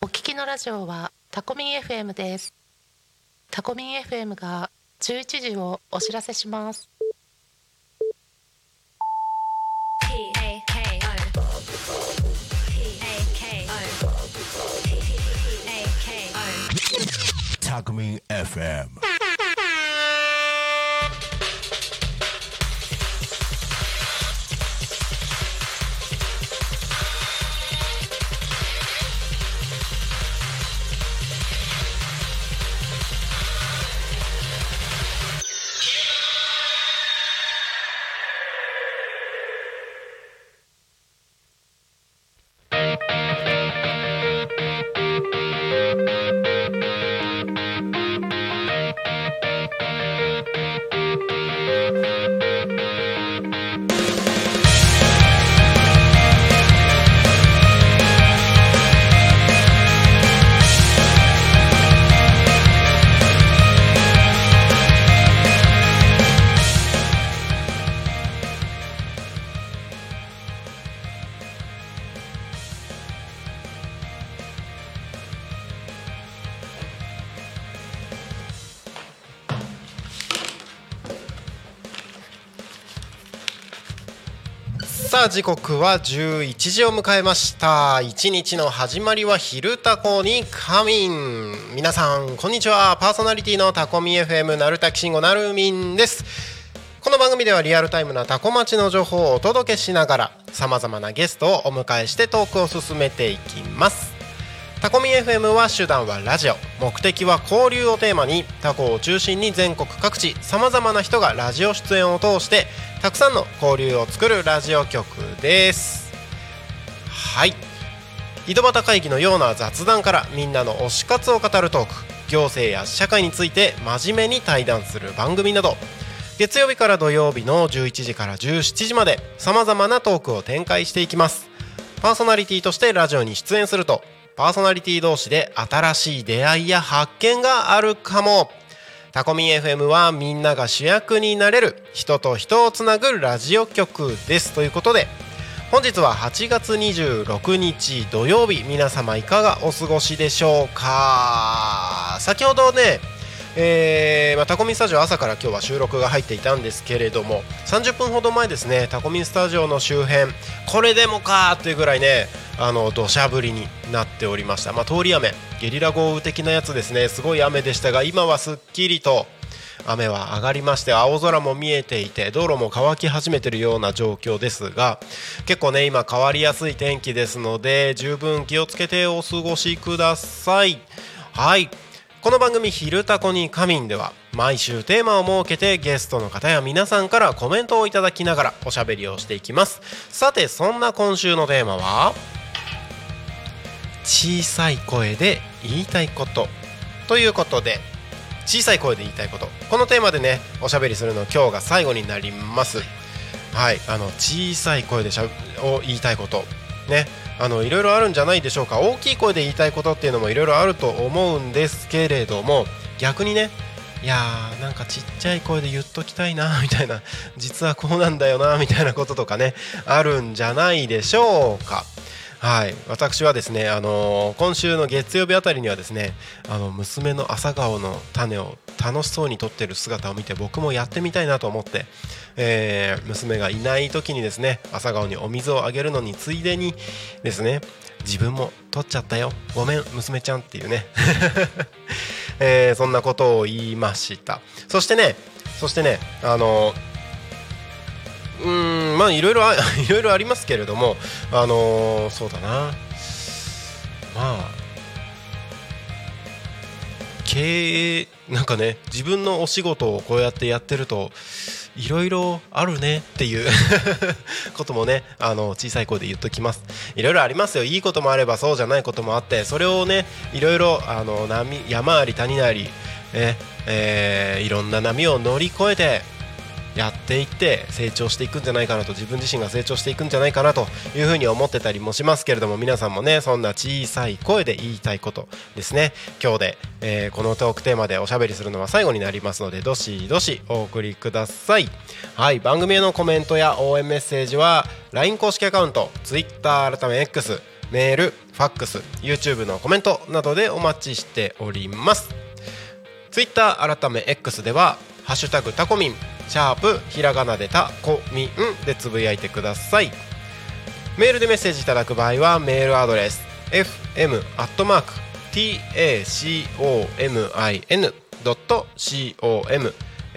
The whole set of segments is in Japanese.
お聞きのラジオはタコミン FM です。タコミン FM が11時をお知らせします。 タコミン FM。 さあ時刻は11時を迎えました。一日の始まりは昼タコに仮眠。皆さんこんにちは。パーソナリティのタコミ FM なるたきしんごなるみんです。この番組ではリアルタイムなタコ町の情報をお届けしながらさまざまなゲストをお迎えしてトークを進めていきます。タコミ FM は手段はラジオ、目的は交流をテーマにタコを中心に全国各地さまざまな人がラジオ出演を通してたくさんの交流を作るラジオ局です。はい、井戸端会議のような雑談からみんなの推し活を語るトーク、行政や社会について真面目に対談する番組など、月曜日から土曜日の11時から17時までさまざまなトークを展開していきます。パーソナリティとしてラジオに出演するとパーソナリティ同士で新しい出会いや発見があるかも。タコミン FM はみんなが主役になれる人と人をつなぐラジオ局です。ということで本日は8月26日土曜日、皆様いかがお過ごしでしょうか。先ほどねタコミンスタジオ朝から今日は収録が入っていたんですけれども、30分ほど前ですね、タコミンスタジオの周辺これでもかというぐらいね土砂降りになっておりました。通り雨、ゲリラ豪雨的なやつですね。すごい雨でしたが今はすっきりと雨は上がりまして、青空も見えていて道路も乾き始めているような状況ですが、結構ね今変わりやすい天気ですので十分気をつけてお過ごしください。はい、この番組昼タコに仮眠では毎週テーマを設けてゲストの方や皆さんからコメントをいただきながらおしゃべりをしていきます。さてそんな今週のテーマは小さい声で言いたいことということで、小さい声で言いたいこと、このテーマでねおしゃべりするの今日が最後になります。はい、小さい声で言いたいことね、いろいろあるんじゃないでしょうか。大きい声で言いたいことっていうのもいろいろあると思うんですけれども、逆にね、いやーなんかちっちゃい声で言っときたいなみたいな、実はこうなんだよなみたいなこととかねあるんじゃないでしょうか。はい、私はですね、今週の月曜日あたりにはですね、娘の朝顔の種を楽しそうに取ってる姿を見て僕もやってみたいなと思って、娘がいない時にですね朝顔にお水をあげるのについでにですね、自分も取っちゃったよごめん娘ちゃんっていうね、そんなことを言いました。そしてねいろいろありますけれども、そうだな、経営なんかね、自分のお仕事をこうやってやってるといろいろあるねっていうこともね小さい声で言っときます。いろいろありますよ。いいこともあればそうじゃないこともあって、それをねいろいろ山あり谷あり、いろんな波を乗り越えてやっていって成長していくんじゃないかなと、自分自身が成長していくんじゃないかなというふうに思ってたりもしますけれども、皆さんもねそんな小さい声で言いたいことですね、今日で、このトークテーマでおしゃべりするのは最後になりますのでどしどしお送りください。はい、番組へのコメントや応援メッセージは LINE 公式アカウント、Twitter 改め X メール、ファックス、 YouTube のコメントなどでお待ちしております。 Twitter 改め X ではハッシュタグタコミンひらがなでタコミンでつぶやいてください。メールでメッセージいただく場合はメールアドレス fm@tacomin.com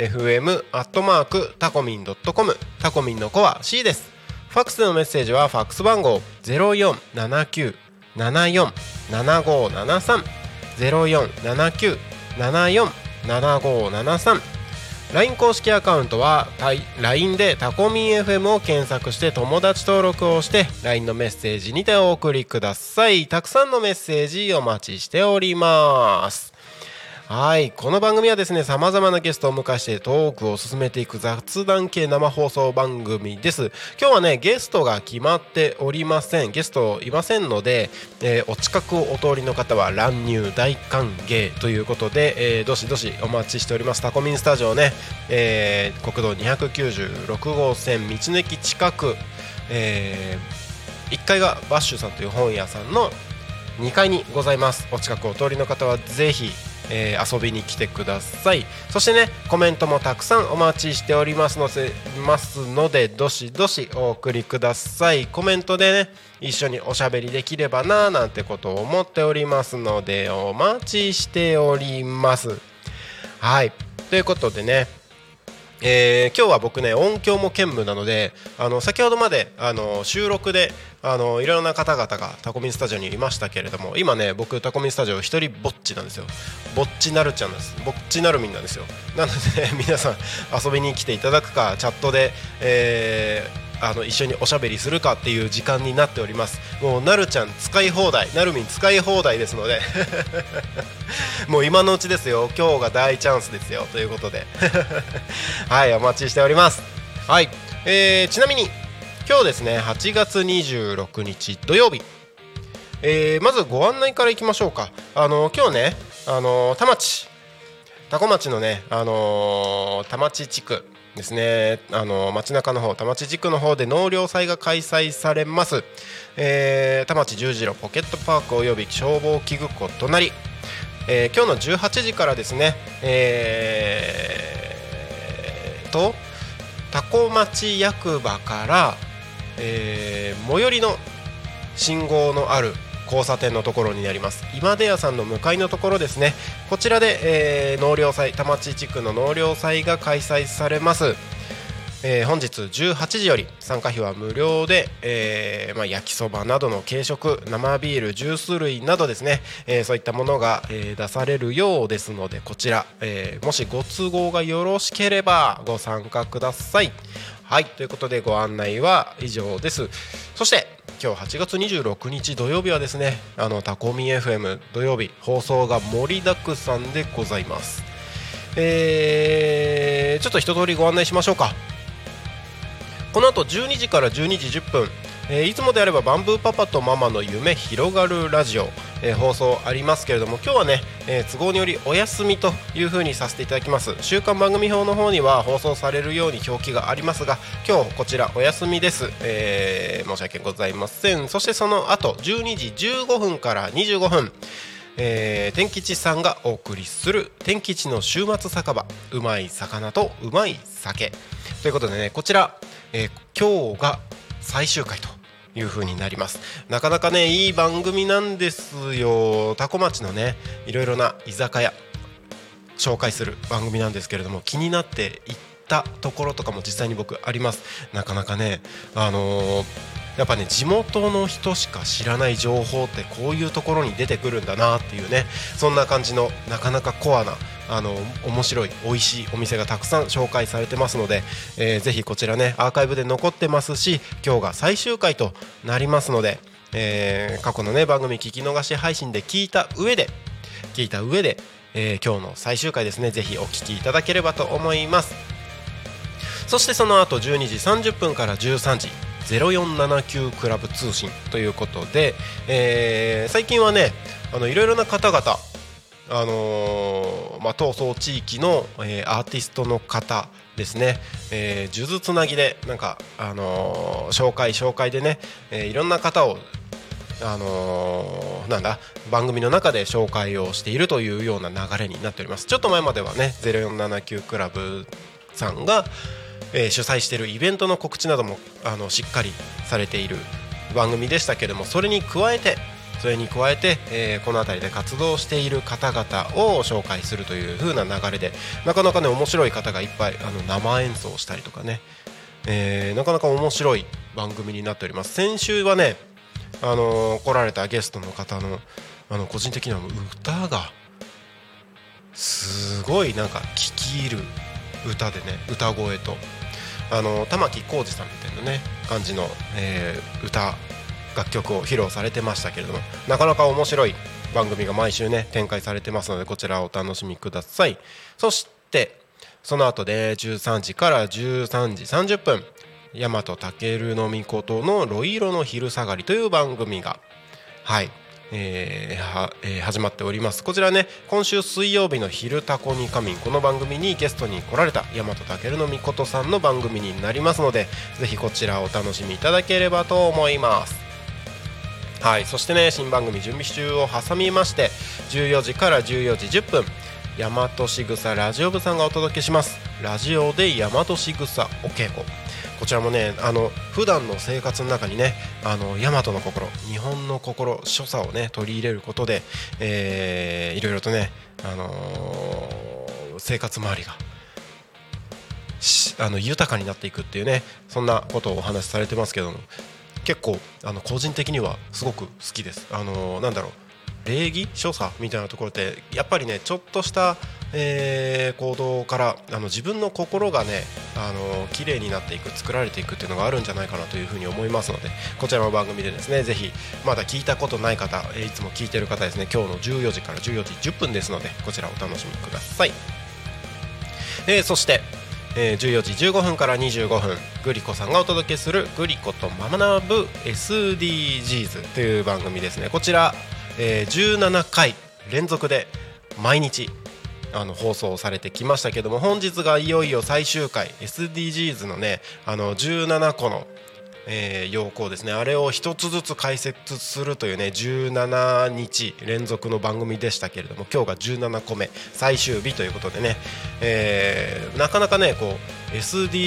fm@tacomin.com タコミンの子は C です。ファックスでのメッセージはファックス番号 0479747573 0479747573。 LINE 公式アカウントは LINE でタコミン FM を検索して友達登録をして LINE のメッセージにてお送りください。たくさんのメッセージお待ちしております。はい、この番組はですね、様々なゲストを迎えしてトークを進めていく雑談系生放送番組です。今日はね、ゲストが決まっておりません。ゲストいませんので、お近くをお通りの方は乱入大歓迎ということで、どしどしお待ちしております。タコミンスタジオね、国道296号線道の駅近く、1階がバッシュさんという本屋さんの2階にございます。お近くお通りの方はぜひ遊びに来てください。そしてね、コメントもたくさんお待ちしておりますのでどしどしお送りください。コメントでね、一緒におしゃべりできればななんてことを思っておりますのでお待ちしております。はい、ということでね、今日は僕ね、音響も兼務なので、先ほどまで収録でいろんな方々がタコミンスタジオにいましたけれども、今ね、僕タコミンスタジオ一人ぼっちなんですよ。ぼっちなるちゃんなんです。ぼっちなるみんなんですよ。なので、ね、皆さん遊びに来ていただくかチャットで、一緒におしゃべりするかっていう時間になっております。もうなるちゃん使い放題、なるみん使い放題ですのでもう今のうちですよ。今日が大チャンスですよということではい、お待ちしております。はい、ちなみに今日ですね、8月26日土曜日、まずご案内からいきましょうか。今日ね、田子町のね、田町地区ですね、町中の方、田町地区の方で納涼祭が開催されます。田町十字路ポケットパークおよび消防器具庫隣、今日の18時からですね、多古町役場から、最寄りの信号のある交差点のところになります。今出屋さんの向かいのところですね。こちらで、納涼祭、田町地区の納涼祭が開催されます。本日18時より参加費は無料で、焼きそばなどの軽食、生ビール、ジュース類などですね、そういったものが、出されるようですので、こちら、もしご都合がよろしければご参加ください。はい、ということでご案内は以上です。そして今日8月26日土曜日はですね、タコミ FM 土曜日放送が盛りだくさんでございます。ちょっと一通りご案内しましょうか。この後12時から12時10分、いつもであればバンブーパパとママの夢広がるラジオ、放送ありますけれども、今日はね、都合によりお休みという風にさせていただきます。週刊番組表の方には放送されるように表記がありますが、今日こちらお休みです。申し訳ございません。そしてその後12時15分から25分、天吉さんがお送りする天吉の週末酒場、うまい魚とうまい酒ということでね、こちら、今日が最終回という風になります。なかなかね、いい番組なんですよ。多古町のね、いろいろな居酒屋紹介する番組なんですけれども、気になって行ったところとかも実際に僕あります。なかなかね、やっぱね、地元の人しか知らない情報ってこういうところに出てくるんだなっていうね、そんな感じのなかなかコアな面白い美味しいお店がたくさん紹介されてますので、ぜひこちらね、アーカイブで残ってますし、今日が最終回となりますので、過去のね番組聞き逃し配信で聞いた上で、今日の最終回ですね、ぜひお聞きいただければと思います。そしてその後12時30分から13時0479クラブ通信ということで、最近はね、いろいろな方々、闘争地域の、アーティストの方ですね、数珠つなぎでなんか、紹介でね、いろんな方を番組の中で紹介をしているというような流れになっております。ちょっと前まではね0479クラブさんが、主催しているイベントの告知などもしっかりされている番組でしたけども、それに加えて、この辺りで活動している方々を紹介するという風な流れで、なかなかね面白い方がいっぱい生演奏したりとかね、なかなか面白い番組になっております。先週はね来られたゲストの方の個人的には歌がすごいなんか聞き入る歌でね、歌声と玉置浩二さんみたいなね感じの、楽曲を披露されてましたけれども、なかなか面白い番組が毎週ね展開されてますので、こちらをお楽しみください。そしてその後で13時から13時30分大和武の御事のロイロの昼下がりという番組が始まっております。こちらね、今週水曜日の昼タコに仮眠、この番組にゲストに来られた大和武の御事さんの番組になりますので、ぜひこちらをお楽しみいただければと思います。そしてね、新番組準備中を挟みまして14時から14時10分大和しぐさラジオ部さんがお届けします。ラジオで大和しぐさお稽古。こちらもね普段の生活の中にね大和の心、日本の心、所作をね取り入れることで、いろいろとね、生活周りが豊かになっていくっていうね、そんなことをお話しされてますけども、結構個人的にはすごく好きです。礼儀所作みたいなところってやっぱりね、ちょっとした、行動から自分の心がね綺麗になっていく、作られていくっていうのがあるんじゃないかなというふうに思いますので、こちらの番組でですね、ぜひまだ聞いたことない方、いつも聞いてる方ですね、今日の14時から14時10分ですので、こちらお楽しみください。そして14時15分から25分グリコさんがお届けするグリコとママナブ SDGs という番組ですね。こちら、17回連続で毎日放送されてきましたけども、本日がいよいよ最終回 SDGs のね17個の要項ですね、あれを一つずつ解説するというね17日連続の番組でしたけれども、今日が17個目最終日ということでね、なかなかねこう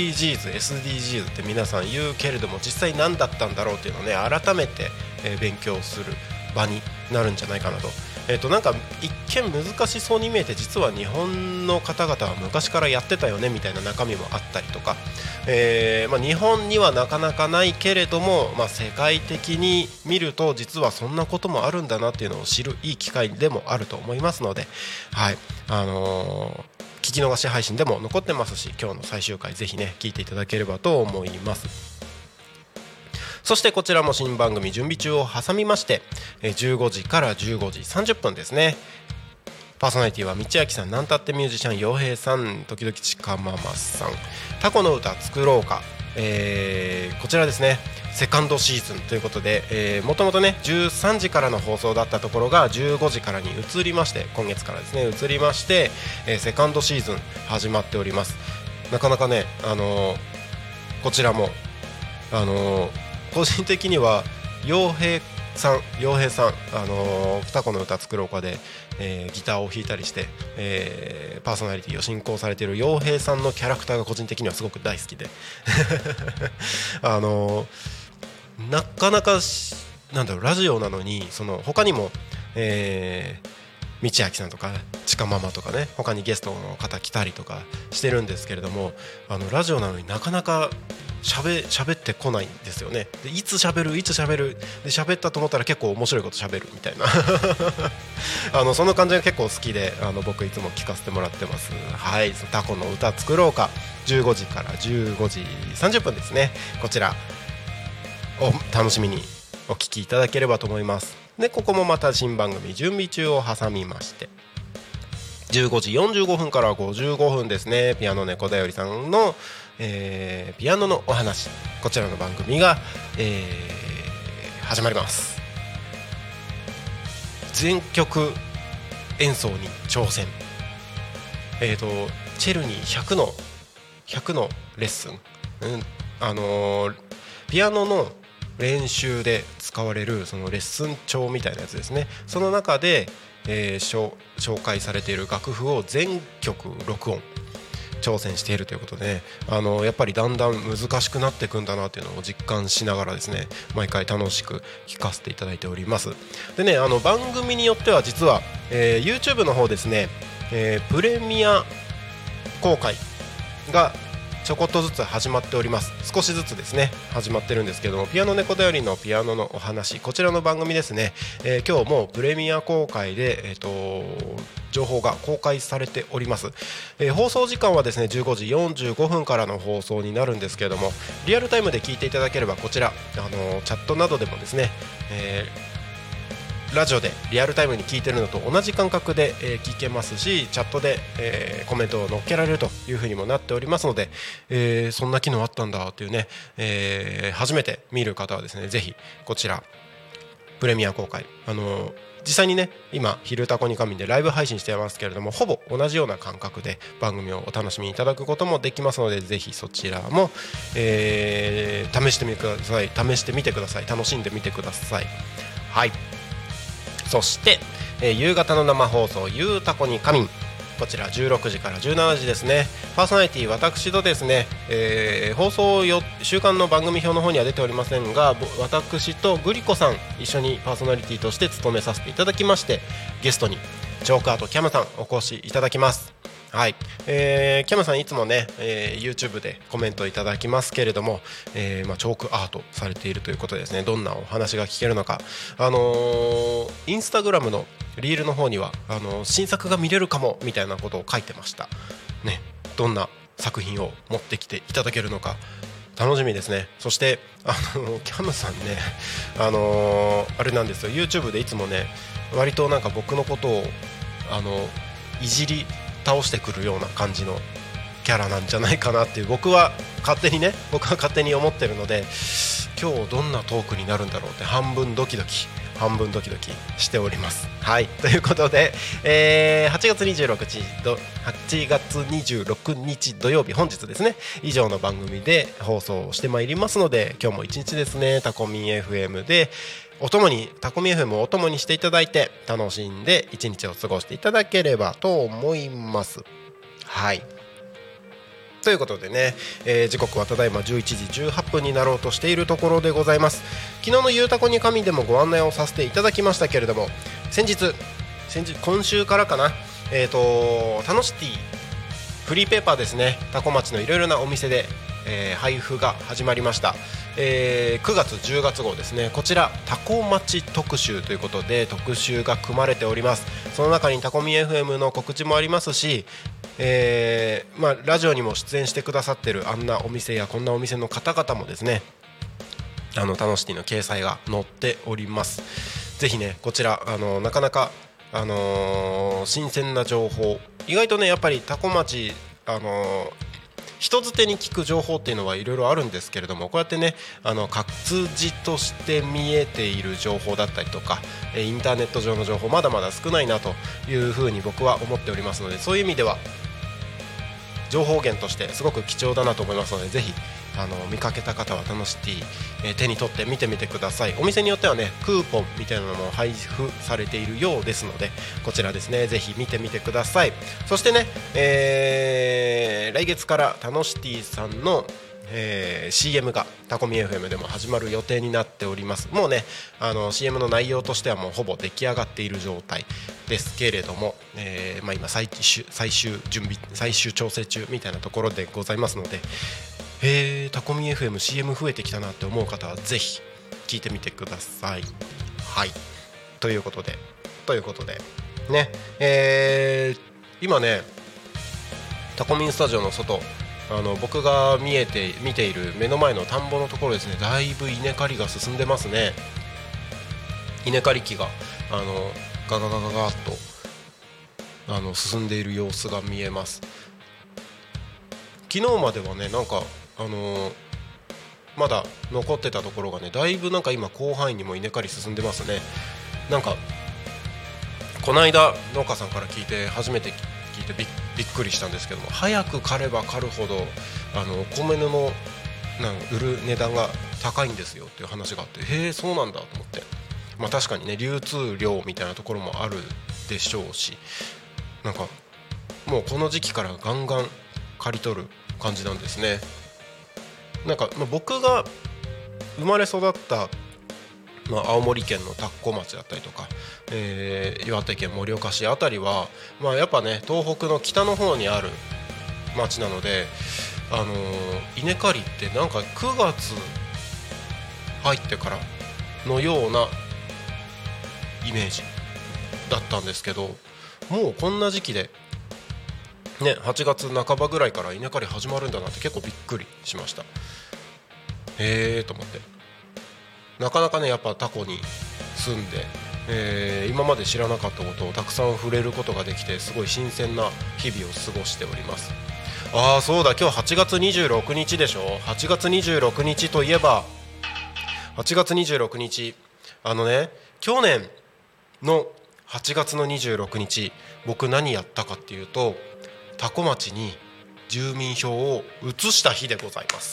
SDGs って皆さん言うけれども、実際何だったんだろうっていうのをね改めて、勉強する場になるんじゃないかなと。なんか一見難しそうに見えて、実は日本の方々は昔からやってたよねみたいな中身もあったりとか、日本にはなかなかないけれども、世界的に見ると実はそんなこともあるんだなっていうのを知るいい機会でもあると思いますので、聞き逃し配信でも残ってますし、今日の最終回ぜひね聞いていただければと思います。そしてこちらも新番組準備中を挟みまして、15時から15時30分ですね。パーソナリティは道明さん、なんたってミュージシャン陽平さん、時々ちかママさん、タコの歌作ろうか、こちらですねセカンドシーズンということで、もともとね13時からの放送だったところが15時からに移りまして、今月からですね移りまして、セカンドシーズン始まっております。なかなかね、こちらも個人的には陽平さんタコの歌作ろうかで、ギターを弾いたりして、パーソナリティを進行されている陽平さんのキャラクターが個人的にはすごく大好きでなかなかラジオなのに他にも、道明さんとかちかママとかね、他にゲストの方来たりとかしてるんですけれども、ラジオなのになかなか喋ってこないんですよね。でいつ喋るで喋ったと思ったら結構面白いこと喋るみたいなその感じが結構好きで、僕いつも聞かせてもらってます。タコの歌作ろうか、15時から15時30分ですね。こちらを楽しみにお聞きいただければと思います。でここもまた新番組準備中を挟みまして、15時45分から55分ですね、ピアノ猫だよりさんの、ピアノのお話、こちらの番組が、始まります。全曲演奏に挑戦、チェルニー100のレッスン、ピアノの練習で使使われるそのレッスン帳みたいなやつですね。その中で、紹介されている楽譜を全曲録音挑戦しているということで、ね、やっぱりだんだん難しくなっていくんだなというのを実感しながらですね、毎回楽しく聴かせていただいております。でね、番組によっては実は、YouTube の方ですね、プレミア公開がちょこっとずつ始まっております。少しずつですね始まってるんですけども、ピアノ猫だよりのピアノのお話、こちらの番組ですね、今日もプレミア公開で、情報が公開されております。放送時間はですね15時45分からの放送になるんですけれども、リアルタイムで聞いていただければこちらチャットなどでもですね、ラジオでリアルタイムに聞いてるのと同じ感覚で、聞けますし、チャットで、コメントを載っけられるというふうにもなっておりますので、そんな機能あったんだというね、初めて見る方はですねぜひこちらプレミア公開、実際にね今昼タコに仮眠でライブ配信していますけれども、ほぼ同じような感覚で番組をお楽しみいただくこともできますので、ぜひそちらも、試してみてください。楽しんでみてください。はい。そして、夕方の生放送ゆうたこに仮眠、こちら16時から17時ですね。パーソナリティ私とですね、放送週間の番組表の方には出ておりませんが、私とグリコさん一緒にパーソナリティとして務めさせていただきまして、ゲストにチョークアートキャムさんお越しいただきます。はい、キャムさんいつもね、YouTube でコメントいただきますけれども、チョークアートされているということでですね、どんなお話が聞けるのか、インスタグラムのリールの方には新作が見れるかもみたいなことを書いてましたね。どんな作品を持ってきていただけるのか楽しみですね。そしてキャムさんね、あれなんですよ、 YouTube でいつもね割となんか僕のことをいじり倒してくるような感じのキャラなんじゃないかなっていう、僕は勝手に思ってるので、今日どんなトークになるんだろうって半分ドキドキしております。はい、ということで、8月26日土曜日、本日ですね以上の番組で放送してまいりますので、今日も一日ですねタコミン FM でタコミ FM をお供にしていただいて楽しんで一日を過ごしていただければと思います。はい、ということでね、時刻はただいま11時18分になろうとしているところでございます。昨日のゆうたこに神でもご案内をさせていただきましたけれども、今週からかな、タノシティフリーペーパーですね、タコ町のいろいろなお店で、配布が始まりました。9月10月号ですね、こちらタコ町特集ということで特集が組まれております。その中にタコミ FM の告知もありますし、ラジオにも出演してくださってるあんなお店やこんなお店の方々もですね、タノシティの掲載が載っております。ぜひねこちらなかなか、新鮮な情報、意外とねやっぱりタコ町人づてに聞く情報っていうのはいろいろあるんですけれども、こうやってね活字として見えている情報だったりとか、インターネット上の情報まだまだ少ないなというふうに僕は思っておりますので、そういう意味では情報源としてすごく貴重だなと思いますので、ぜひ見かけた方はタノシティ、手に取って見てみてください。お店によってはねクーポンみたいなのも配布されているようですので、こちらですねぜひ見てみてください。そしてね、来月からタノシティさんのCM がタコミ FM でも始まる予定になっております。もうねCM の内容としてはもうほぼ出来上がっている状態ですけれども、今最終調整中みたいなところでございますので、タコミ FM CM 増えてきたなって思う方はぜひ聞いてみてください。はい、ということでね、今ねタコミンスタジオの外、僕が見ている目の前の田んぼのところですね、だいぶ稲刈りが進んでますね。稲刈り機がガガガガガッと進んでいる様子が見えます。昨日まではねなんかまだ残ってたところがね、だいぶなんか今広範囲にも稲刈り進んでますね。なんかこの間農家さんから初めて聞いてびっくりしたんですけども、早く刈れば刈るほどお米の売る値段が高いんですよっていう話があって、へえそうなんだと思って、確かにね流通量みたいなところもあるでしょうし、なんかもうこの時期からガンガン刈り取る感じなんですね。なんか僕が生まれ育った、青森県の田子町だったりとか、岩手県盛岡市あたりは、やっぱね東北の北の方にある町なので、稲刈りってなんか9月入ってからのようなイメージだったんですけど、もうこんな時期でね8月半ばぐらいから稲刈り始まるんだなって結構びっくりしました。へーと思って、なかなかねやっぱタコに住んで、今まで知らなかったことをたくさん触れることができて、すごい新鮮な日々を過ごしております。そうだ、今日8月26日でしょ。8月26日といえば、8月26日去年の8月の26日僕何やったかっていうと、多古町に住民票を移した日でございます。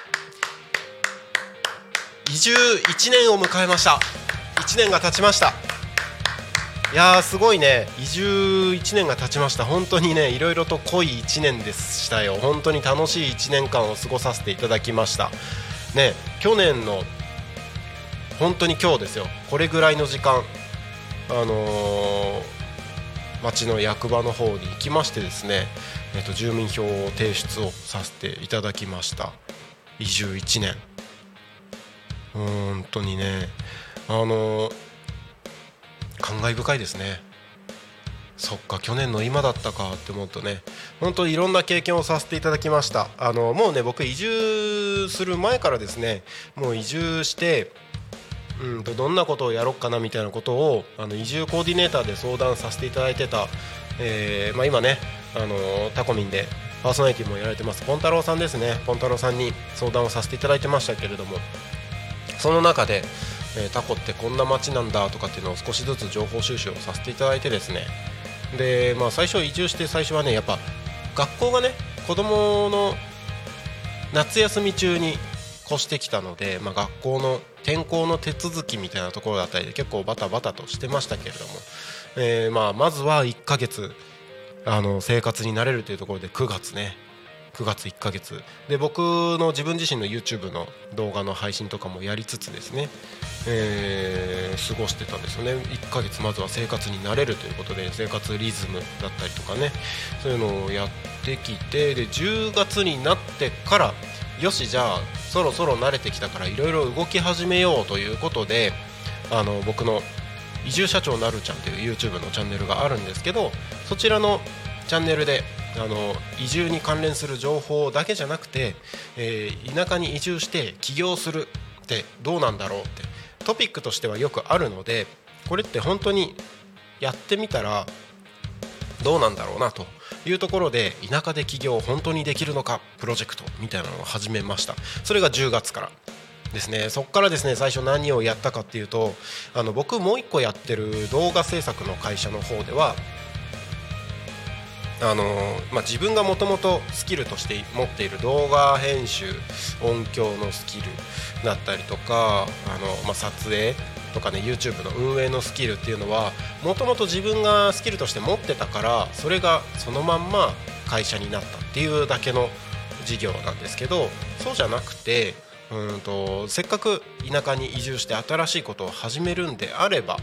移住1年を迎えました。1年が経ちました。いやーすごいね、移住1年が経ちました。本当にねいろいろと濃い1年でしたよ。本当に楽しい1年間を過ごさせていただきましたね。去年の本当に今日ですよ、これぐらいの時間町の役場の方に行きましてですね、住民票を提出をさせていただきました。移住1年、本当にね感慨深いですね。そっか去年の今だったかって思うとね、本当にいろんな経験をさせていただきました。もうね僕移住する前からですね、もう移住してどんなことをやろうかなみたいなことを移住コーディネーターで相談させていただいてた、今ねタコミンでパーソナリティもやられてますポン太郎さんですね。ポン太郎さんに相談をさせていただいてましたけれども、その中で、タコってこんな街なんだとかっていうのを少しずつ情報収集をさせていただいてですね、で、最初移住して最初はねやっぱ学校がね子供の夏休み中に越してきたので、学校の転校の手続きみたいなところだったりで結構バタバタとしてましたけれども、まずは1ヶ月生活に慣れるというところで9月1ヶ月で僕の自分自身の YouTube の動画の配信とかもやりつつですね、過ごしてたんですよね。1ヶ月まずは生活に慣れるということで生活リズムだったりとかね、そういうのをやってきて、で10月になってからよしじゃあそろそろ慣れてきたからいろいろ動き始めようということで、僕の移住社長なるちゃんという YouTube のチャンネルがあるんですけど、そちらのチャンネルで移住に関連する情報だけじゃなくて、田舎に移住して起業するってどうなんだろうってトピックとしてはよくあるので、これって本当にやってみたらどうなんだろうなというところで、田舎で起業本当にできるのかプロジェクトみたいなのを始めました。それが10月からですね。そこからですね最初何をやったかっていうと、僕もう一個やってる動画制作の会社の方では自分がもともとスキルとして持っている動画編集音響のスキルだったりとか撮影とかね YouTube の運営のスキルっていうのはもともと自分がスキルとして持ってたから、それがそのまんま会社になったっていうだけの事業なんですけど、そうじゃなくてせっかく田舎に移住して新しいことを始めるんであれば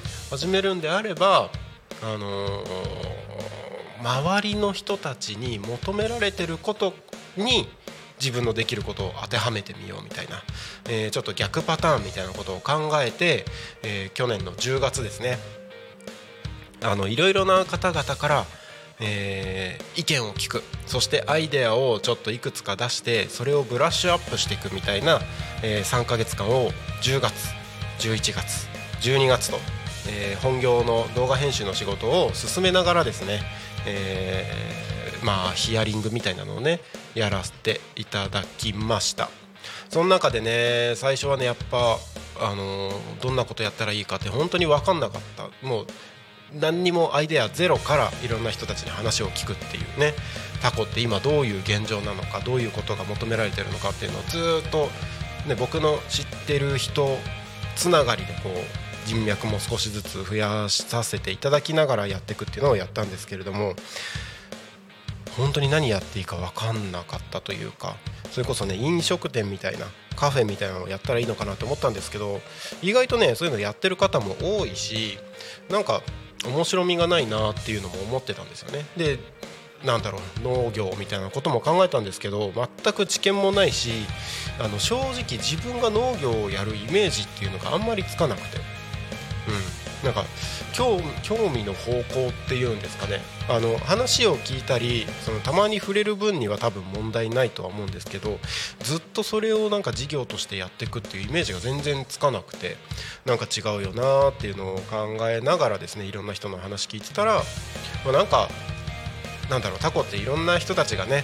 周りの人たちに求められてることに自分のできることを当てはめてみようみたいな、ちょっと逆パターンみたいなことを考えて、去年の10月ですねいろいろな方々から、意見を聞く、そしてアイデアをちょっといくつか出してそれをブラッシュアップしていくみたいな、3ヶ月間を10月11月12月と、本業の動画編集の仕事を進めながらですね、ヒアリングみたいなのをねやらせていただきました。その中でね最初はねやっぱどんなことやったらいいかって本当に分かんなかった。もう何にもアイデアゼロからいろんな人たちに話を聞くっていうね、タコって今どういう現状なのか、どういうことが求められているのかっていうのをずっとね、僕の知ってる人つながりでこう人脈も少しずつ増やさせていただきながらやっていくっていうのをやったんですけれども、本当に何やっていいか分かんなかったというか、それこそね飲食店みたいなカフェみたいなのをやったらいいのかなと思ったんですけど、意外とねそういうのやってる方も多いし、なんか面白みがないなっていうのも思ってたんですよね。でなんだろう、農業みたいなことも考えたんですけど、全く知見もないし、正直自分が農業をやるイメージっていうのがあんまりつかなくて、なんか興味の方向っていうんですかね、話を聞いたりたまに触れる分には多分問題ないとは思うんですけど、ずっとそれをなんか事業としてやっていくっていうイメージが全然つかなくて、なんか違うよなっていうのを考えながらですね、いろんな人の話聞いてたら、なんかなんだろう、タコっていろんな人たちがね、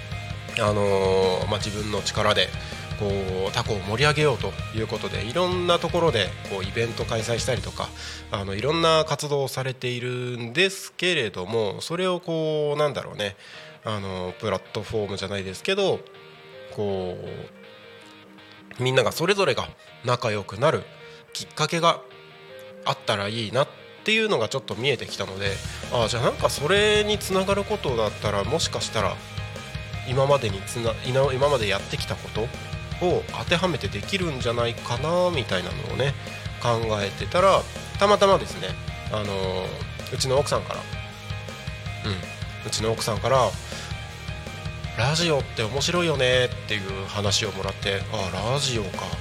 自分の力でこうタコを盛り上げようということで、いろんなところでこうイベント開催したりとか、いろんな活動をされているんですけれども、それをこうなんだろうね、プラットフォームじゃないですけど、こうみんながそれぞれが仲良くなるきっかけがあったらいいなっていうのがちょっと見えてきたので、じゃあなんかそれにつながることだったら、もしかしたら今までやってきたことを当てはめてできるんじゃないかなみたいなのをね考えてたら、たまたまですね、うちの奥さんからラジオって面白いよねっていう話をもらって、ラジオかと思って、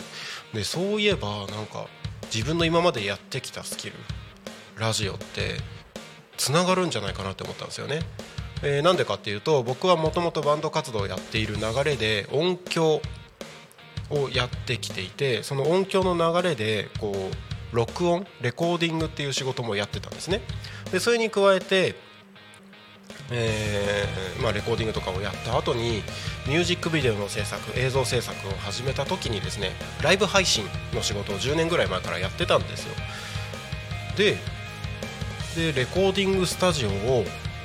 でそういえばなんか自分の今までやってきたスキル、ラジオってつながるんじゃないかなって思ったんですよね。なんでかっていうと、僕はもともとバンド活動をやっている流れで音響をやってきていて、その音響の流れでこう録音レコーディングっていう仕事もやってたんですね。でそれに加えて、レコーディングとかをやった後にミュージックビデオの制作、映像制作を始めた時にですね、ライブ配信の仕事を10年ぐらい前からやってたんですよ。でレコーディングスタジオを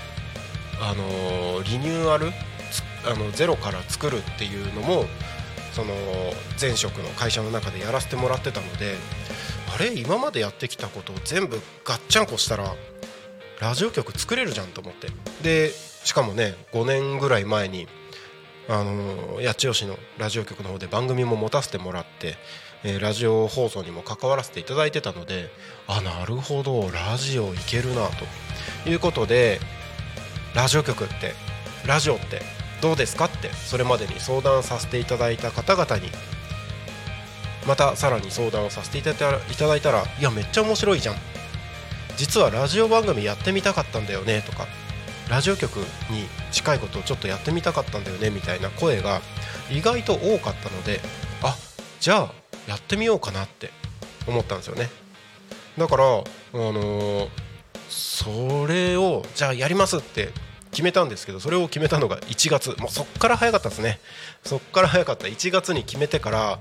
リニューアルゼロから作るっていうのもその前職の会社の中でやらせてもらってたので、今までやってきたことを全部ガッチャンコしたらラジオ局作れるじゃんと思って、でしかもね5年ぐらい前に八千代市のラジオ局の方で番組も持たせてもらって、ラジオ放送にも関わらせていただいてたので、なるほどラジオいけるなということで、ラジオってどうですかって、それまでに相談させていただいた方々にまたさらに相談をさせていただいたら、いやめっちゃ面白いじゃん、実はラジオ番組やってみたかったんだよねとか、ラジオ局に近いことをちょっとやってみたかったんだよねみたいな声が意外と多かったので、じゃあやってみようかなって思ったんですよね。だからそれをじゃあやりますって決めたんですけど、それを決めたのが1月、もうそっから早かったですね。1月に決めてから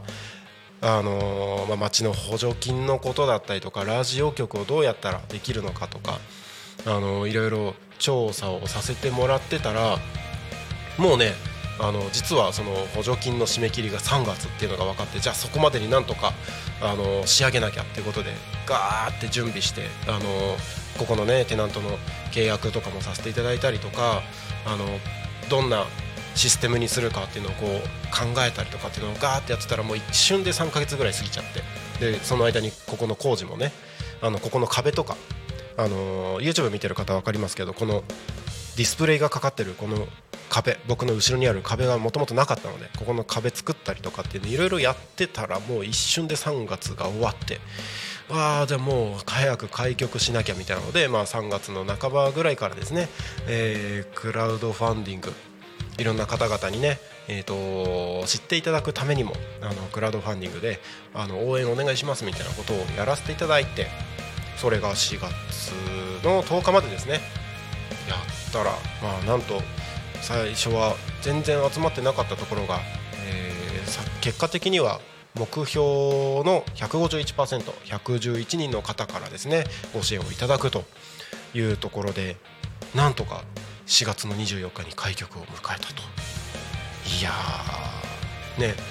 町の補助金のことだったりとか、ラジオ局をどうやったらできるのかとか、いろいろ調査をさせてもらってたら、もうね実はその補助金の締め切りが3月っていうのが分かって、じゃあそこまでになんとか仕上げなきゃっていうことでガーって準備して、ここのねテナントの契約とかもさせていただいたりとか、どんなシステムにするかっていうのをこう考えたりとかっていうのをガーってやってたら、もう一瞬で3ヶ月ぐらい過ぎちゃって、でその間にここの工事もね、ここの壁とかYouTube 見てる方分かりますけど、このディスプレイがかかってるこの壁、僕の後ろにある壁がもともとなかったので、ここの壁作ったりとかっていうのいろいろやってたら、もう一瞬で3月が終わって、じゃあもう早く開局しなきゃみたいなので、3月の半ばぐらいからですね、クラウドファンディング、いろんな方々にね、知っていただくためにもクラウドファンディングで応援お願いしますみたいなことをやらせていただいて、それが4月の10日までですねやったら、なんと最初は全然集まってなかったところが、結果的には目標の 151%111 人の方からですねご支援をいただくというところで、なんとか4月の24日に開局を迎えたと。いやーね、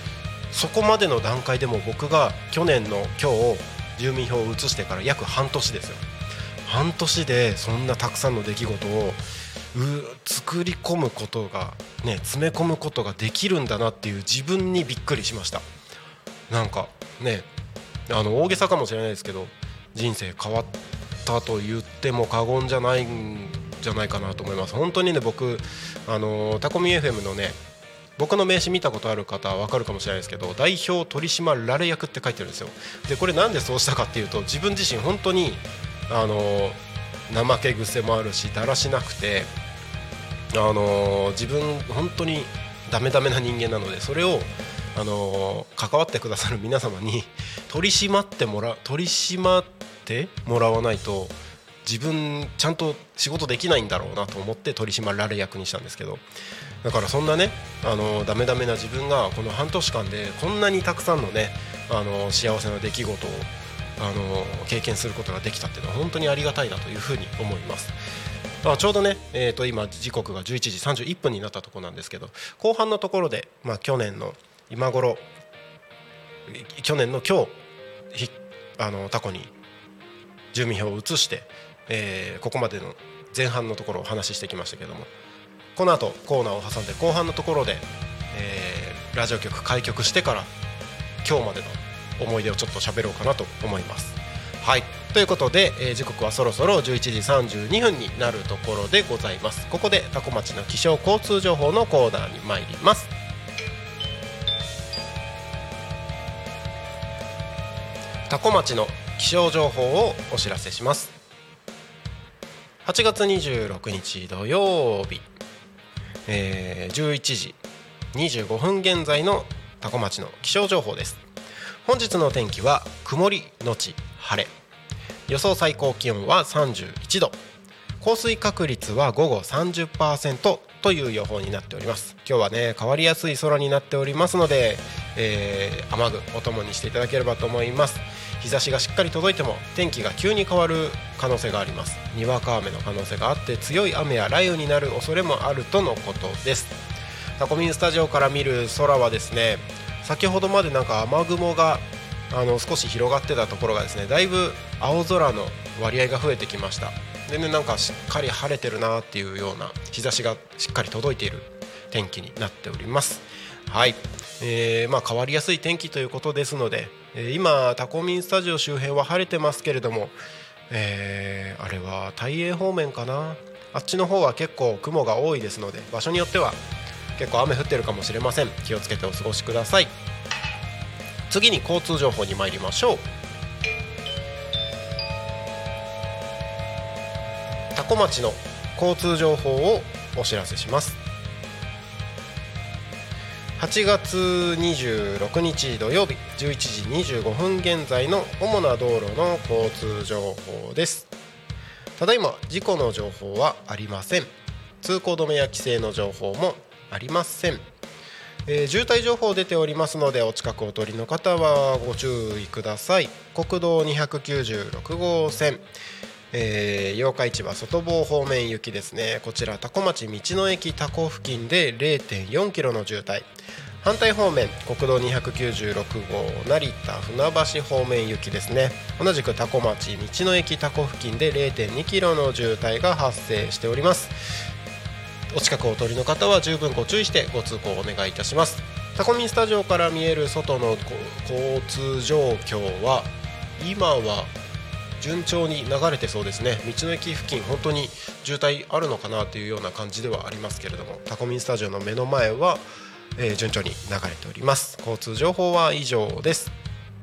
そこまでの段階でも僕が去年の今日住民票を移してから約半年ですよ。半年でそんなたくさんの出来事を作り込むことがね、詰め込むことができるんだなっていう自分にびっくりしました。なんかね、大げさかもしれないですけど、人生変わったと言っても過言じゃないんじゃないかなと思います。本当にね、僕タコミ FM のね、僕の名刺見たことある方は分かるかもしれないですけど、代表取締られ役って書いてるんですよ。でこれなんでそうしたかっていうと、自分自身本当に怠け癖もあるしだらしなくて、自分本当にダメダメな人間なので、それを関わってくださる皆様に取り締まってもらわないと自分ちゃんと仕事できないんだろうなと思って取り締まられ役にしたんですけど、だからそんなねダメダメな自分がこの半年間でこんなにたくさんのね幸せな出来事を経験することができたっていうのは本当にありがたいなというふうに思います。ちょうどね、今時刻が11時31分になったところなんですけど、後半のところで、去年の今頃、去年の今日タコに住民票を移して、ここまでの前半のところをお話ししてきましたけども、この後コーナーを挟んで後半のところで、ラジオ局開局してから今日までの思い出をちょっと喋ろうかなと思います。はい、ということで、時刻はそろそろ11時32分になるところでございます。ここでタコ町の気象交通情報のコーナーに参ります。タコ町の気象情報をお知らせします。8月26日土曜日、11時25分現在のタコ町の気象情報です。本日の天気は曇りのち晴れ、予想最高気温は31度、降水確率は午後 30% という予報になっております。今日はね、変わりやすい空になっておりますので、雨具お供にしていただければと思います。日差しがしっかり届いても天気が急に変わる可能性があります。にわか雨の可能性があって、強い雨や雷雨になる恐れもあるとのことです。タコミンスタジオから見る空はですね、先ほどまでなんか雨雲が少し広がってたところがですね、だいぶ青空の割合が増えてきました。でね、なんかしっかり晴れてるなっていうような、日差しがしっかり届いている天気になっております。はい、変わりやすい天気ということですので、今タコミンスタジオ周辺は晴れてますけれども、あれは大栄方面かな、あっちの方は結構雲が多いですので、場所によっては結構雨降ってるかもしれません。気をつけてお過ごしください。次に交通情報に参りましょう。タコ町の交通情報をお知らせします。8月26日土曜日11時25分現在の主な道路の交通情報です。ただいま事故の情報はありません。通行止めや規制の情報もありません。渋滞情報出ておりますので、お近くお通りの方はご注意ください。国道296号線、八日市場外房方面行きですね。こちらタコ町道の駅タコ付近で 0.4 キロの渋滞。反対方面国道296号成田船橋方面行きですね。同じくタコ町道の駅タコ付近で 0.2 キロの渋滞が発生しております。お近くお通りの方は十分ご注意してご通行お願いいたします。タコミンスタジオから見える外の交通状況は今は順調に流れてそうですね。道の駅付近本当に渋滞あるのかなというような感じではありますけれども、タコミンスタジオの目の前は、順調に流れております。交通情報は以上です。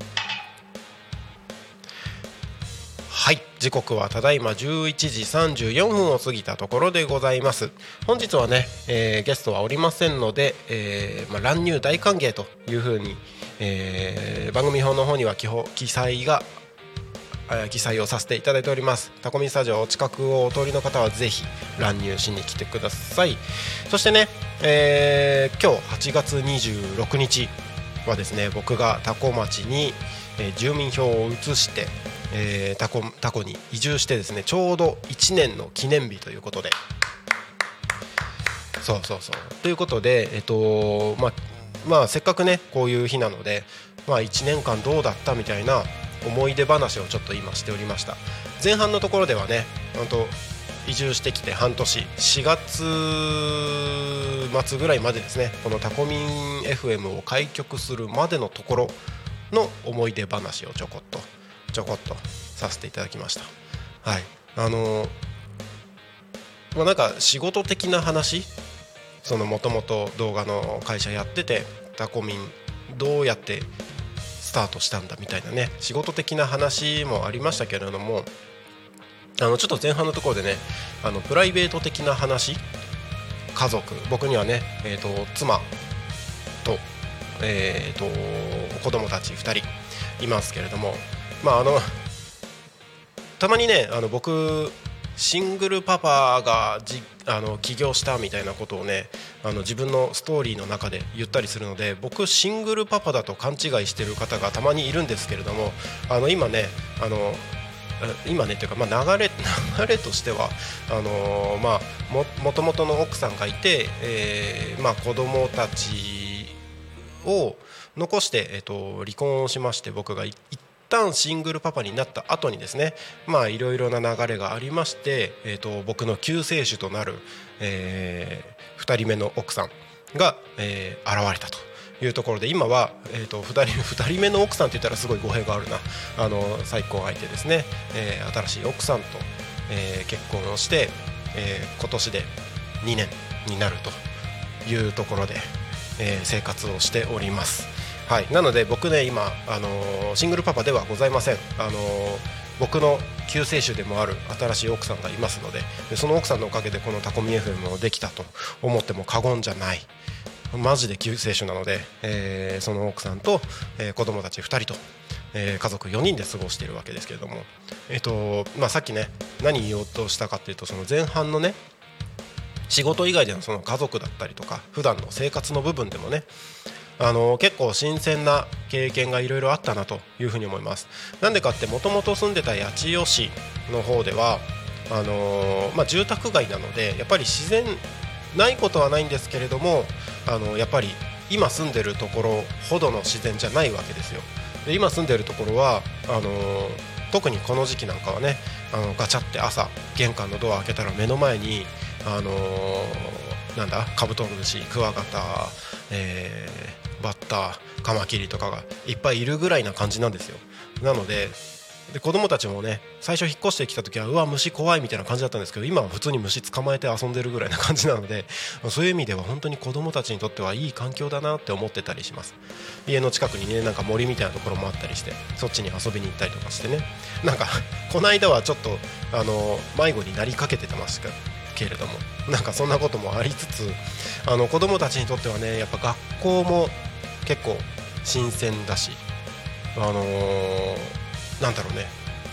はい、時刻はただいま11時34分を過ぎたところでございます。本日はね、ゲストはおりませんので、乱入大歓迎というふうに、番組表の方には記載をさせていただいております。タコミンスタジオお近くをお通りの方はぜひ乱入しに来てください。そしてね、今日8月26日はですね、僕がタコ町に、住民票を移して、タコに移住してですね、ちょうど1年の記念日ということで、そうということで、 まあせっかくねこういう日なので、まあ1年間どうだったみたいな思い出話をちょっと今しておりました。前半のところではね、本当移住してきて半年、4月末ぐらいまでですね、このタコミン FM を開局するまでのところの思い出話をちょこっとさせていただきました。はい、まあ、なんか仕事的な話、そのもともと動画の会社やっててタコミンどうやってスタートしたんだみたいなね、仕事的な話もありましたけれども、ちょっと前半のところでね、プライベート的な話、家族、僕にはね、妻と、子供たち2人いますけれども、まあたまにね、僕シングルパパが起業したみたいなことをね、自分のストーリーの中で言ったりするので、僕シングルパパだと勘違いしてる方がたまにいるんですけれども、今ねというか、まあ、流れとしてはまあ、もともとの奥さんがいて、まあ、子供たちを残して、離婚をしまして、僕が一旦シングルパパになった後にですね、まあいろいろな流れがありまして、僕の救世主となる、2人目の奥さんが、現れたというところで、今は、2人目の奥さんって言ったらすごい語弊があるな、再婚相手ですね、新しい奥さんと、結婚をして、今年で2年になるというところで、生活をしております。はい、なので僕ね今、シングルパパではございません。僕の救世主でもある新しい奥さんがいますので、その奥さんのおかげでこのタコミ FM をできたと思っても過言じゃない、マジで救世主なので、その奥さんと、子供たち2人と、家族4人で過ごしているわけですけれども、まあ、さっきね何言おうとしたかっていうと、その前半のね仕事以外でのその家族だったりとか普段の生活の部分でもね、結構新鮮な経験がいろいろあったなというふうに思います。なんでかって、もともと住んでた八千代市の方ではまあ、住宅街なのでやっぱり自然ないことはないんですけれども、やっぱり今住んでるところほどの自然じゃないわけですよ。で今住んでるところは特にこの時期なんかはね、ガチャって朝玄関のドア開けたら目の前になんだカブトムシ、クワガタ、バッタ、カマキリとかがいっぱいいるぐらいな感じなんですよ。なので子供たちもね、最初引っ越してきた時はうわ虫怖いみたいな感じだったんですけど、今は普通に虫捕まえて遊んでるぐらいな感じなので、そういう意味では本当に子供たちにとってはいい環境だなって思ってたりします。家の近くにね、なんか森みたいなところもあったりして、そっちに遊びに行ったりとかしてね、なんかこの間はちょっと迷子になりかけてましたけれども、なんかそんなこともありつつ、子供たちにとってはね、やっぱ学校も結構新鮮だし、なんだろうね、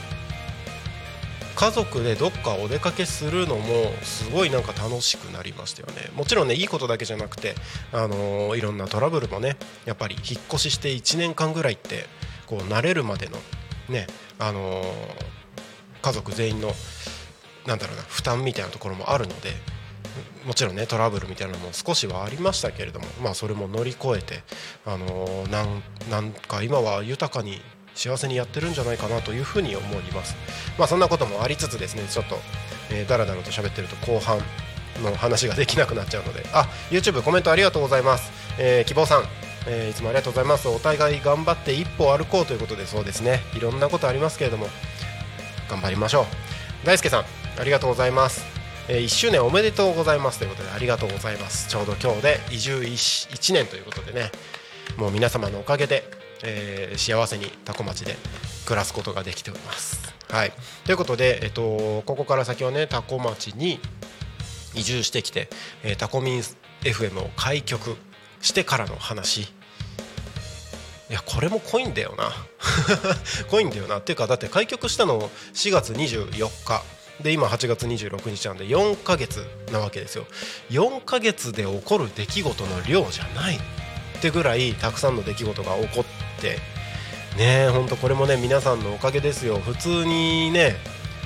家族でどっかお出かけするのもすごいなんか楽しくなりましたよね。もちろんね、いいことだけじゃなくて、いろんなトラブルもね、やっぱり引っ越しして1年間ぐらいってこう慣れるまでのね、家族全員のなんだろうな、負担みたいなところもあるので、もちろんねトラブルみたいなのも少しはありましたけれども、まあそれも乗り越えて、なんか今は豊かに幸せにやってるんじゃないかなというふうに思います。まあそんなこともありつつですね、ちょっと、だらだらと喋ってると後半の話ができなくなっちゃうので、YouTube コメントありがとうございます。希望さん、いつもありがとうございます。お互い頑張って一歩歩こうということで、そうですね、いろんなことありますけれども頑張りましょう。大輔さん、ありがとうございます。1周年おめでとうございますということで、ありがとうございます。ちょうど今日で移住 1年ということでね、もう皆様のおかげで、幸せにタコ町で暮らすことができております。はい、ということで、ここから先はね、タコ町に移住してきて、タコミン FM を開局してからの話。いや、これも濃いんだよな濃いんだよなっていうか、だって開局したの4月24日で今8月26日なんで4ヶ月なわけですよ。4ヶ月で起こる出来事の量じゃないってぐらいたくさんの出来事が起こってね、ほんとこれもね皆さんのおかげですよ。普通にね、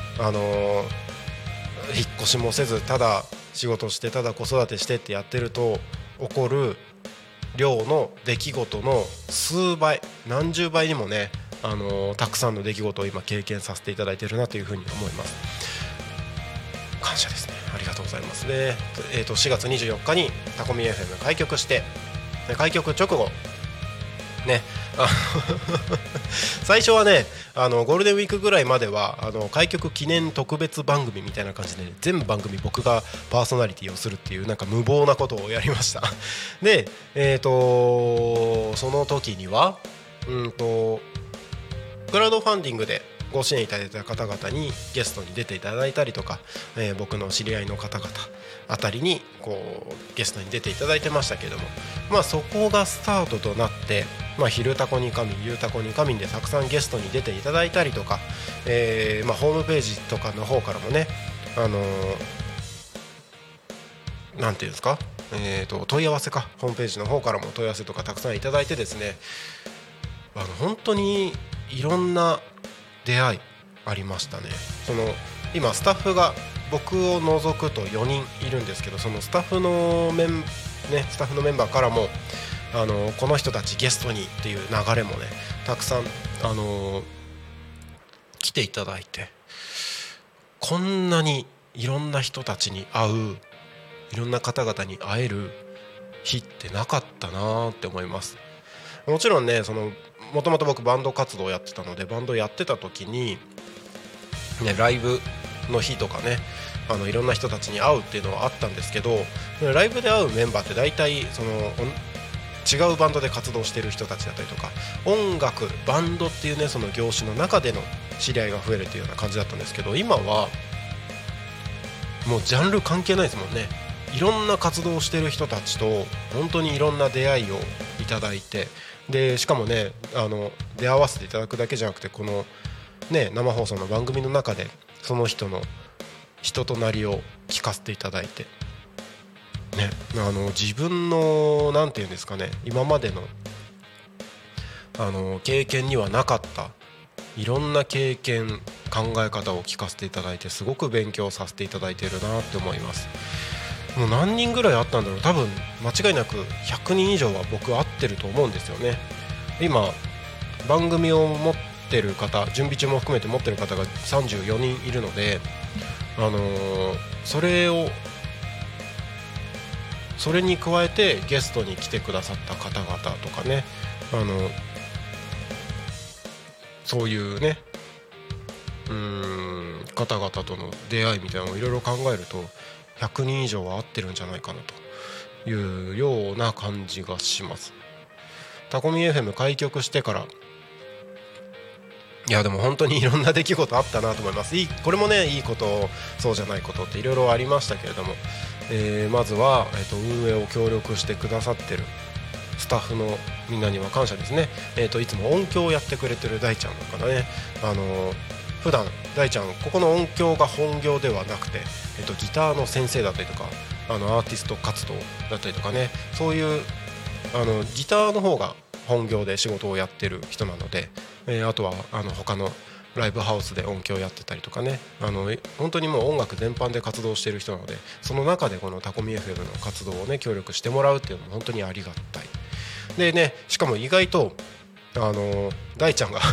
引っ越しもせず、ただ仕事してただ子育てしてってやってると起こる量の出来事の数倍何十倍にもね、たくさんの出来事を今経験させていただいているなというふうに思います。感謝ですね。ありがとうございますね。4月24日にタコミ FM 開局して、開局直後ね最初はねゴールデンウィークぐらいまでは開局記念特別番組みたいな感じで、ね、全番組僕がパーソナリティをするっていうなんか無謀なことをやりましたで、その時にはクラウドファンディングでご支援いただいた方々にゲストに出ていただいたりとか、僕の知り合いの方々あたりにこうゲストに出ていただいてましたけども、そこがスタートとなって、昼タコに神ゆうタコに神でたくさんゲストに出ていただいたりとか、ホームページとかの方からもねなんていうんですか、問い合わせかホームページの方からも問い合わせとかたくさんいただいてですね、本当にいろんな出会いありましたね。今スタッフが僕を除くと4人いるんですけど、そのスタッフのメンバーからもこの人たちゲストにっていう流れもねたくさん、来ていただいて、こんなにいろんな人たちに会う、いろんな方々に会える日ってなかったなって思います。もちろんねもともと僕バンド活動をやってたので、バンドやってた時に、ライブの日とかねいろんな人たちに会うっていうのはあったんですけど、ライブで会うメンバーって大体違うバンドで活動してる人たちだったりとか、音楽バンドっていうねその業種の中での知り合いが増えるっていうような感じだったんですけど、今はもうジャンル関係ないですもんね。いろんな活動をしてる人たちと本当にいろんな出会いをいただいて、でしかもね出会わせていただくだけじゃなくて、このね生放送の番組の中でその人の人となりを聞かせていただいてね、自分のなんていうんですかね、今までの経験にはなかったいろんな経験考え方を聞かせていただいて、すごく勉強させていただいているなって思います。もう何人ぐらいあったんだろう。多分間違いなく100人以上は僕会ってると思うんですよね。今番組を持ってる方、準備中も含めて持ってる方が34人いるので、それに加えてゲストに来てくださった方々とかね、そういうね方々との出会いみたいなのをいろいろ考えると100人以上は合ってるんじゃないかなというような感じがします。タコミ FM 開局してから、いやでも本当にいろんな出来事あったなと思います。これもねいいことそうじゃないことっていろいろありましたけれども、まずは、運営を協力してくださってるスタッフのみんなには感謝ですね。いつも音響をやってくれてる大ちゃんだからね、普段大ちゃんここの音響が本業ではなくて、ギターの先生だったりとかアーティスト活動だったりとかね、そういうギターの方が本業で仕事をやってる人なので、あとは他のライブハウスで音響やってたりとかね、本当にもう音楽全般で活動してる人なので、その中でこのタコミ FM の活動をね協力してもらうっていうのも本当にありがたいでね。しかも意外と大ちゃんが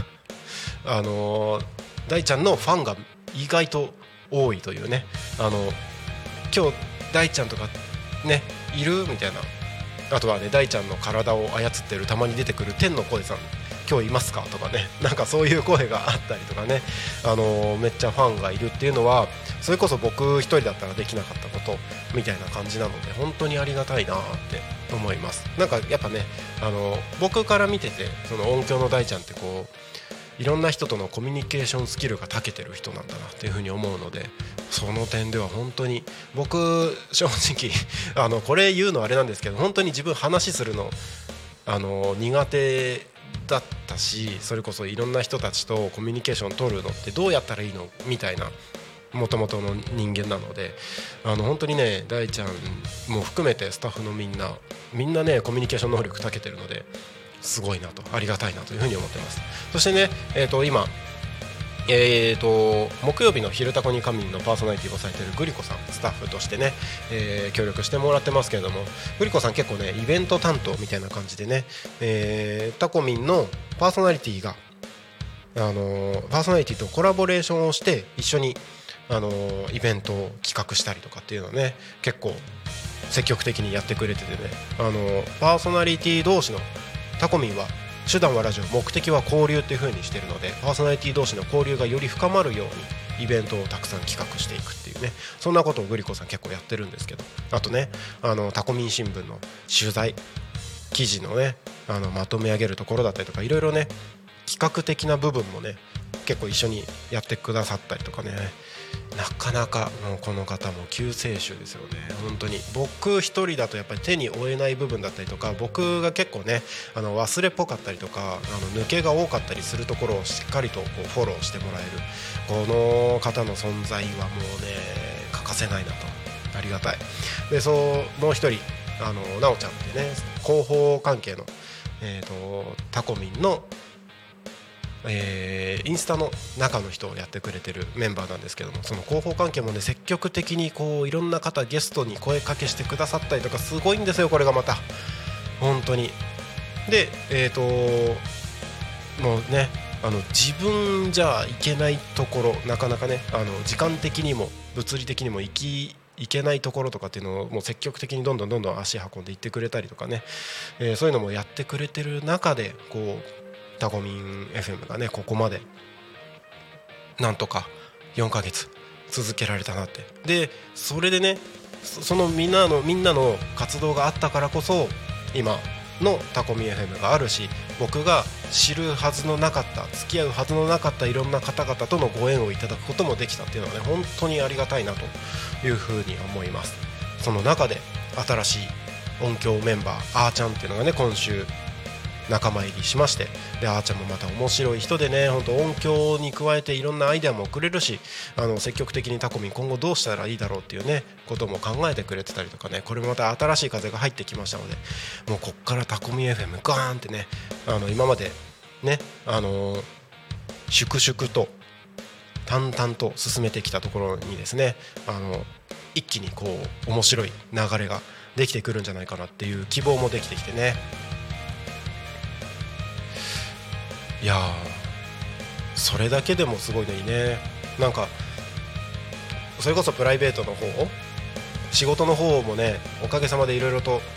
大ちゃんのファンが意外と多いというね、今日大ちゃんとかねいるみたいな、あとはね大ちゃんの体を操ってるたまに出てくる天の声さん今日いますかとかね、なんかそういう声があったりとかね、めっちゃファンがいるっていうのはそれこそ僕一人だったらできなかったことみたいな感じなので、本当にありがたいなって思います。なんかやっぱね僕から見ててその音響の大ちゃんってこういろんな人とのコミュニケーションスキルが長けてる人なんだなっていうふうに思うので、その点では本当に僕正直これ言うのあれなんですけど、本当に自分話するの苦手だったし、それこそいろんな人たちとコミュニケーション取るのってどうやったらいいのみたいな元々の人間なので、本当にね大ちゃんも含めてスタッフのみんなねコミュニケーション能力長けてるのですごいなとありがたいなというふうに思ってます。そしてね今木曜日の昼タコに仮眠のパーソナリティをされているグリコさんスタッフとしてね、協力してもらってますけれども、グリコさん結構ねイベント担当みたいな感じでね、タコミンのパーソナリティがパーソナリティとコラボレーションをして一緒にイベントを企画したりとかっていうのをね結構積極的にやってくれててね、パーソナリティ同士のタコミンは手段はラジオ目的は交流っていう風にしてるので、パーソナリティ同士の交流がより深まるようにイベントをたくさん企画していくっていうね、そんなことをグリコさん結構やってるんですけど、あとねタコミン新聞の取材記事のねまとめ上げるところだったりとかいろいろね企画的な部分もね結構一緒にやってくださったりとかね、なかなかもうこの方も救世主ですよね。本当に僕一人だとやっぱり手に負えない部分だったりとか、僕が結構ね忘れっぽかったりとか抜けが多かったりするところをしっかりとこうフォローしてもらえるこの方の存在はもうね欠かせないなと、ありがたい。でもう一人なおちゃんってね広報関係の、タコミンのインスタの中の人をやってくれてるメンバーなんですけども、その広報関係もね積極的にこういろんな方ゲストに声かけしてくださったりとかすごいんですよ、これがまた本当に。でもうね自分じゃいけないところ、なかなかね時間的にも物理的にもいけないところとかっていうのをもう積極的にどんどん足運んでいってくれたりとかね、そういうのもやってくれてる中でこうタコミン FM がねここまでなんとか4ヶ月続けられたなって。でそれでねそのみんなの活動があったからこそ今のタコミン FM があるし、僕が知るはずのなかった付き合うはずのなかったいろんな方々とのご縁をいただくこともできたっていうのはね本当にありがたいなというふうに思います。その中で新しい音響メンバーあーちゃんっていうのがね今週仲間入りしまして、であーちゃんもまた面白い人でね、本当音響に加えていろんなアイデアもくれるし、積極的にタコミン今後どうしたらいいだろうっていうねことも考えてくれてたりとかね、これもまた新しい風が入ってきましたので、もうこっからタコミン FM ガーンってね今までね粛々と淡々と進めてきたところにですね一気にこう面白い流れができてくるんじゃないかなっていう希望もできてきてね、いやそれだけでもすごいのにね。なんかそれこそプライベートの方仕事の方もねおかげさまでいろいろと、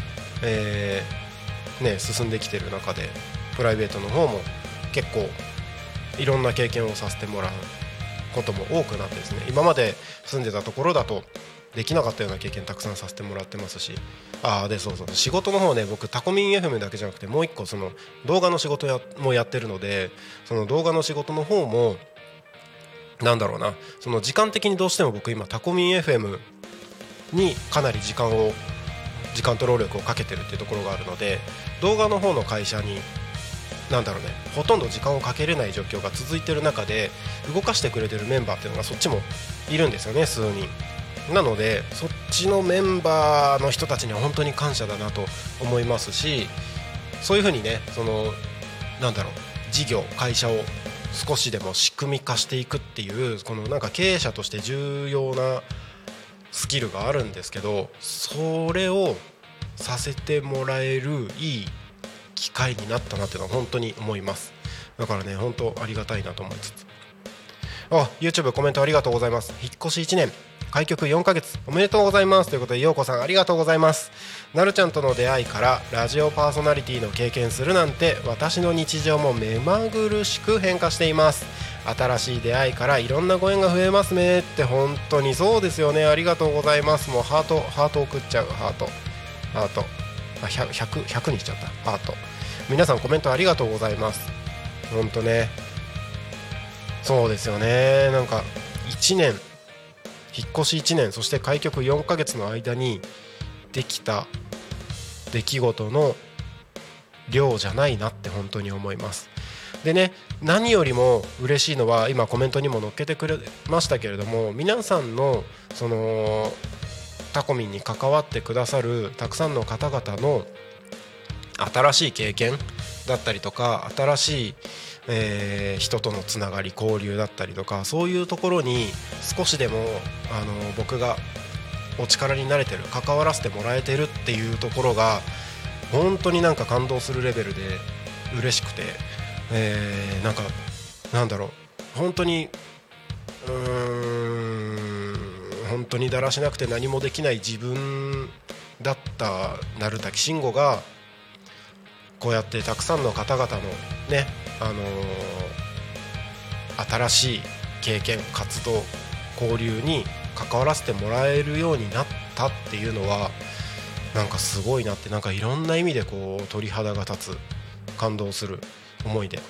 進んできてる中でプライベートの方も結構いろんな経験をさせてもらうことも多くなってですね、今まで住んでたところだとできなかったような経験たくさんさせてもらってますし、そう仕事の方ね、僕タコミン FM だけじゃなくてもう一個その動画の仕事もやってるので、その動画の仕事の方もなんだろうな、その時間的にどうしても僕今タコミン FM にかなり時間と労力をかけてるっていうところがあるので、動画の方の会社にほとんど時間をかけれない状況が続いてる中で動かしてくれてるメンバーっていうのがそっちもいるんですよね、数人。なのでそっちのメンバーの人たちには本当に感謝だなと思いますし、そういうふうにね事業会社を少しでも仕組み化していくっていうこの経営者として重要なスキルがあるんですけど、それをさせてもらえるいい機会になったなっていうのは本当に思います。だからね本当ありがたいなと思いつつ、YouTube コメントありがとうございます。引っ越し1年開局4ヶ月おめでとうございますということで、ようこさんありがとうございます。なるちゃんとの出会いからラジオパーソナリティの経験するなんて、私の日常も目まぐるしく変化しています。新しい出会いからいろんなご縁が増えますねって、本当にそうですよね。ありがとうございます。もうハート送っちゃう。ハート100にしちゃった。ハート皆さんコメントありがとうございます。本当ねそうですよね。1年引っ越し1年そして開局4ヶ月の間にできた出来事の量じゃないなって本当に思います。でね、何よりも嬉しいのは今コメントにも載っけてくれましたけれども、皆さんのそのタコミンに関わってくださるたくさんの方々の新しい経験だったりとか、新しい人とのつながり交流だったりとか、そういうところに少しでも僕がお力になれてる、関わらせてもらえてるっていうところが本当になんか感動するレベルで嬉しくて、なんだろう、本当に本当にだらしなくて何もできない自分だった鳴滝慎吾がこうやってたくさんの方々のね、新しい経験、活動、交流に関わらせてもらえるようになったっていうのはなんかすごいなって、なんかいろんな意味でこう鳥肌が立つ、感動する思いで、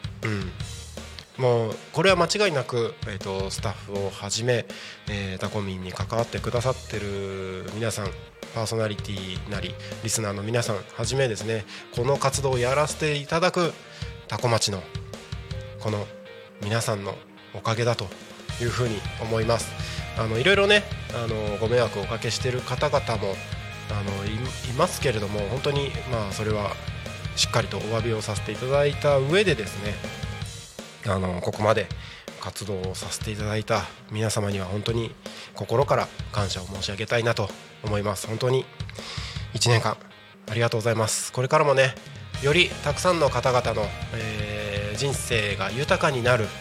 もうこれは間違いなく、スタッフをはじめ、タコミンに関わってくださってる皆さん、パーソナリティなりリスナーの皆さんはじめですね、この活動をやらせていただくタコ町のこの皆さんのおかげだというふうに思います。いろいろねご迷惑をおかけしている方々もいますけれども、本当にそれはしっかりとお詫びをさせていただいた上でですね、ここまで活動をさせていただいた皆様には本当に心から感謝を申し上げたいなと思います。本当に1年間ありがとうございます。これからもね、よりたくさんの方々の、人生が豊かになる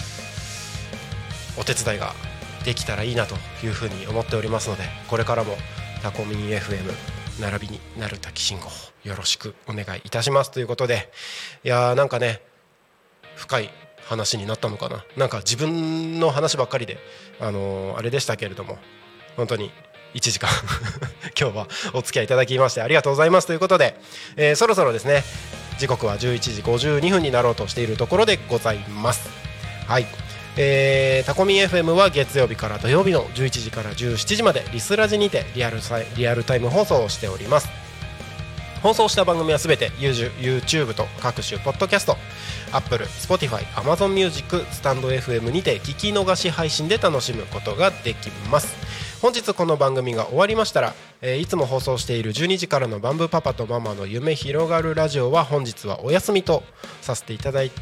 お手伝いができたらいいなというふうに思っておりますので、これからもタコミン FM 並びに鳴滝慎吾よろしくお願いいたしますということで、いやーなんかね、深い話になったのかな、なんか自分の話ばっかりであれでしたけれども、本当に1時間今日はお付き合いいただきましてありがとうございますということで、そろそろですね、時刻は11時52分になろうとしているところでございます。はい、タコミン FM は月曜日から土曜日の11時から17時までリスラジにてリアルタイム放送をしております。放送した番組はすべて YouTube と各種ポッドキャスト、Apple、Spotify、Amazon Music、スタンド FM にて聞き逃し配信で楽しむことができます。本日この番組が終わりましたら、いつも放送している12時からのバンブーパパとママの夢広がるラジオは本日はお休みとさせていただ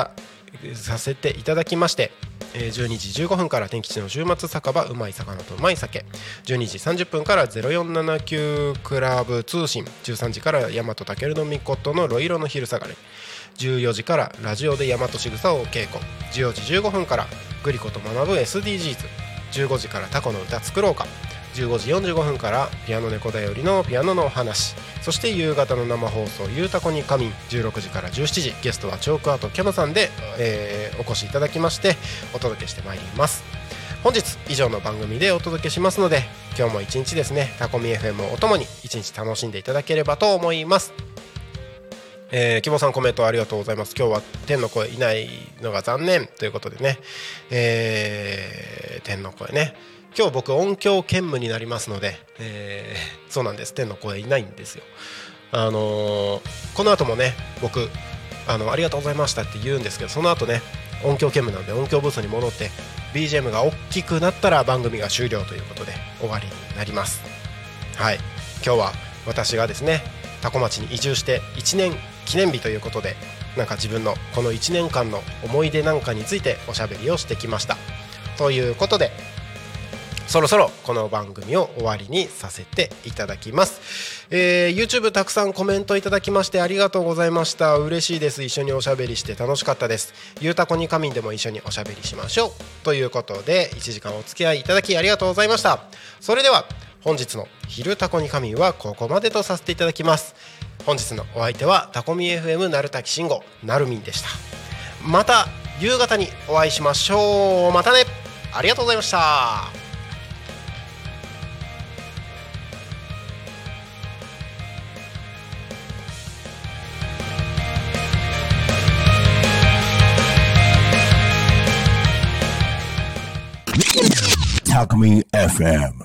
きまして、12時15分から天吉の週末酒場うまい魚とうまい酒、12時30分から0479クラブ通信、13時から大和健のみことのロイロの昼下がり、14時からラジオで大和しぐさを稽古、14時15分からグリコと学ぶ SDGs、15時からタコの歌作ろうか、15時45分からピアノ猫だよりのピアノのお話、そして夕方の生放送ゆうたこに仮眠、16時から17時ゲストはチョークアートキャノさんで、お越しいただきましてお届けしてまいります。本日以上の番組でお届けしますので、今日も一日ですね、タコミ FM をおともに一日楽しんでいただければと思います。希望さんコメントありがとうございます。今日は天の声いないのが残念ということでね、天の声ね、今日僕音響兼務になりますので、そうなんです、天の声いないんですよ。この後もね、僕ありがとうございましたって言うんですけど、その後ね、音響兼務なんで音響ブースに戻って BGM が大きくなったら番組が終了ということで終わりになります。はい、今日は私がですね、タコ町に移住して1年記念日ということで、なんか自分のこの1年間の思い出なんかについておしゃべりをしてきましたということで、そろそろこの番組を終わりにさせていただきます。YouTube たくさんコメントいただきましてありがとうございました。嬉しいです。一緒におしゃべりして楽しかったです。ゆうたこに仮眠でも一緒におしゃべりしましょうということで、1時間お付き合いいただきありがとうございました。それでは本日の昼タコに仮眠はここまでとさせていただきます。本日のお相手はタコミ FM 鳴滝慎吾なるみんでした。また夕方にお会いしましょう。またね。ありがとうございました。 Talk Me FM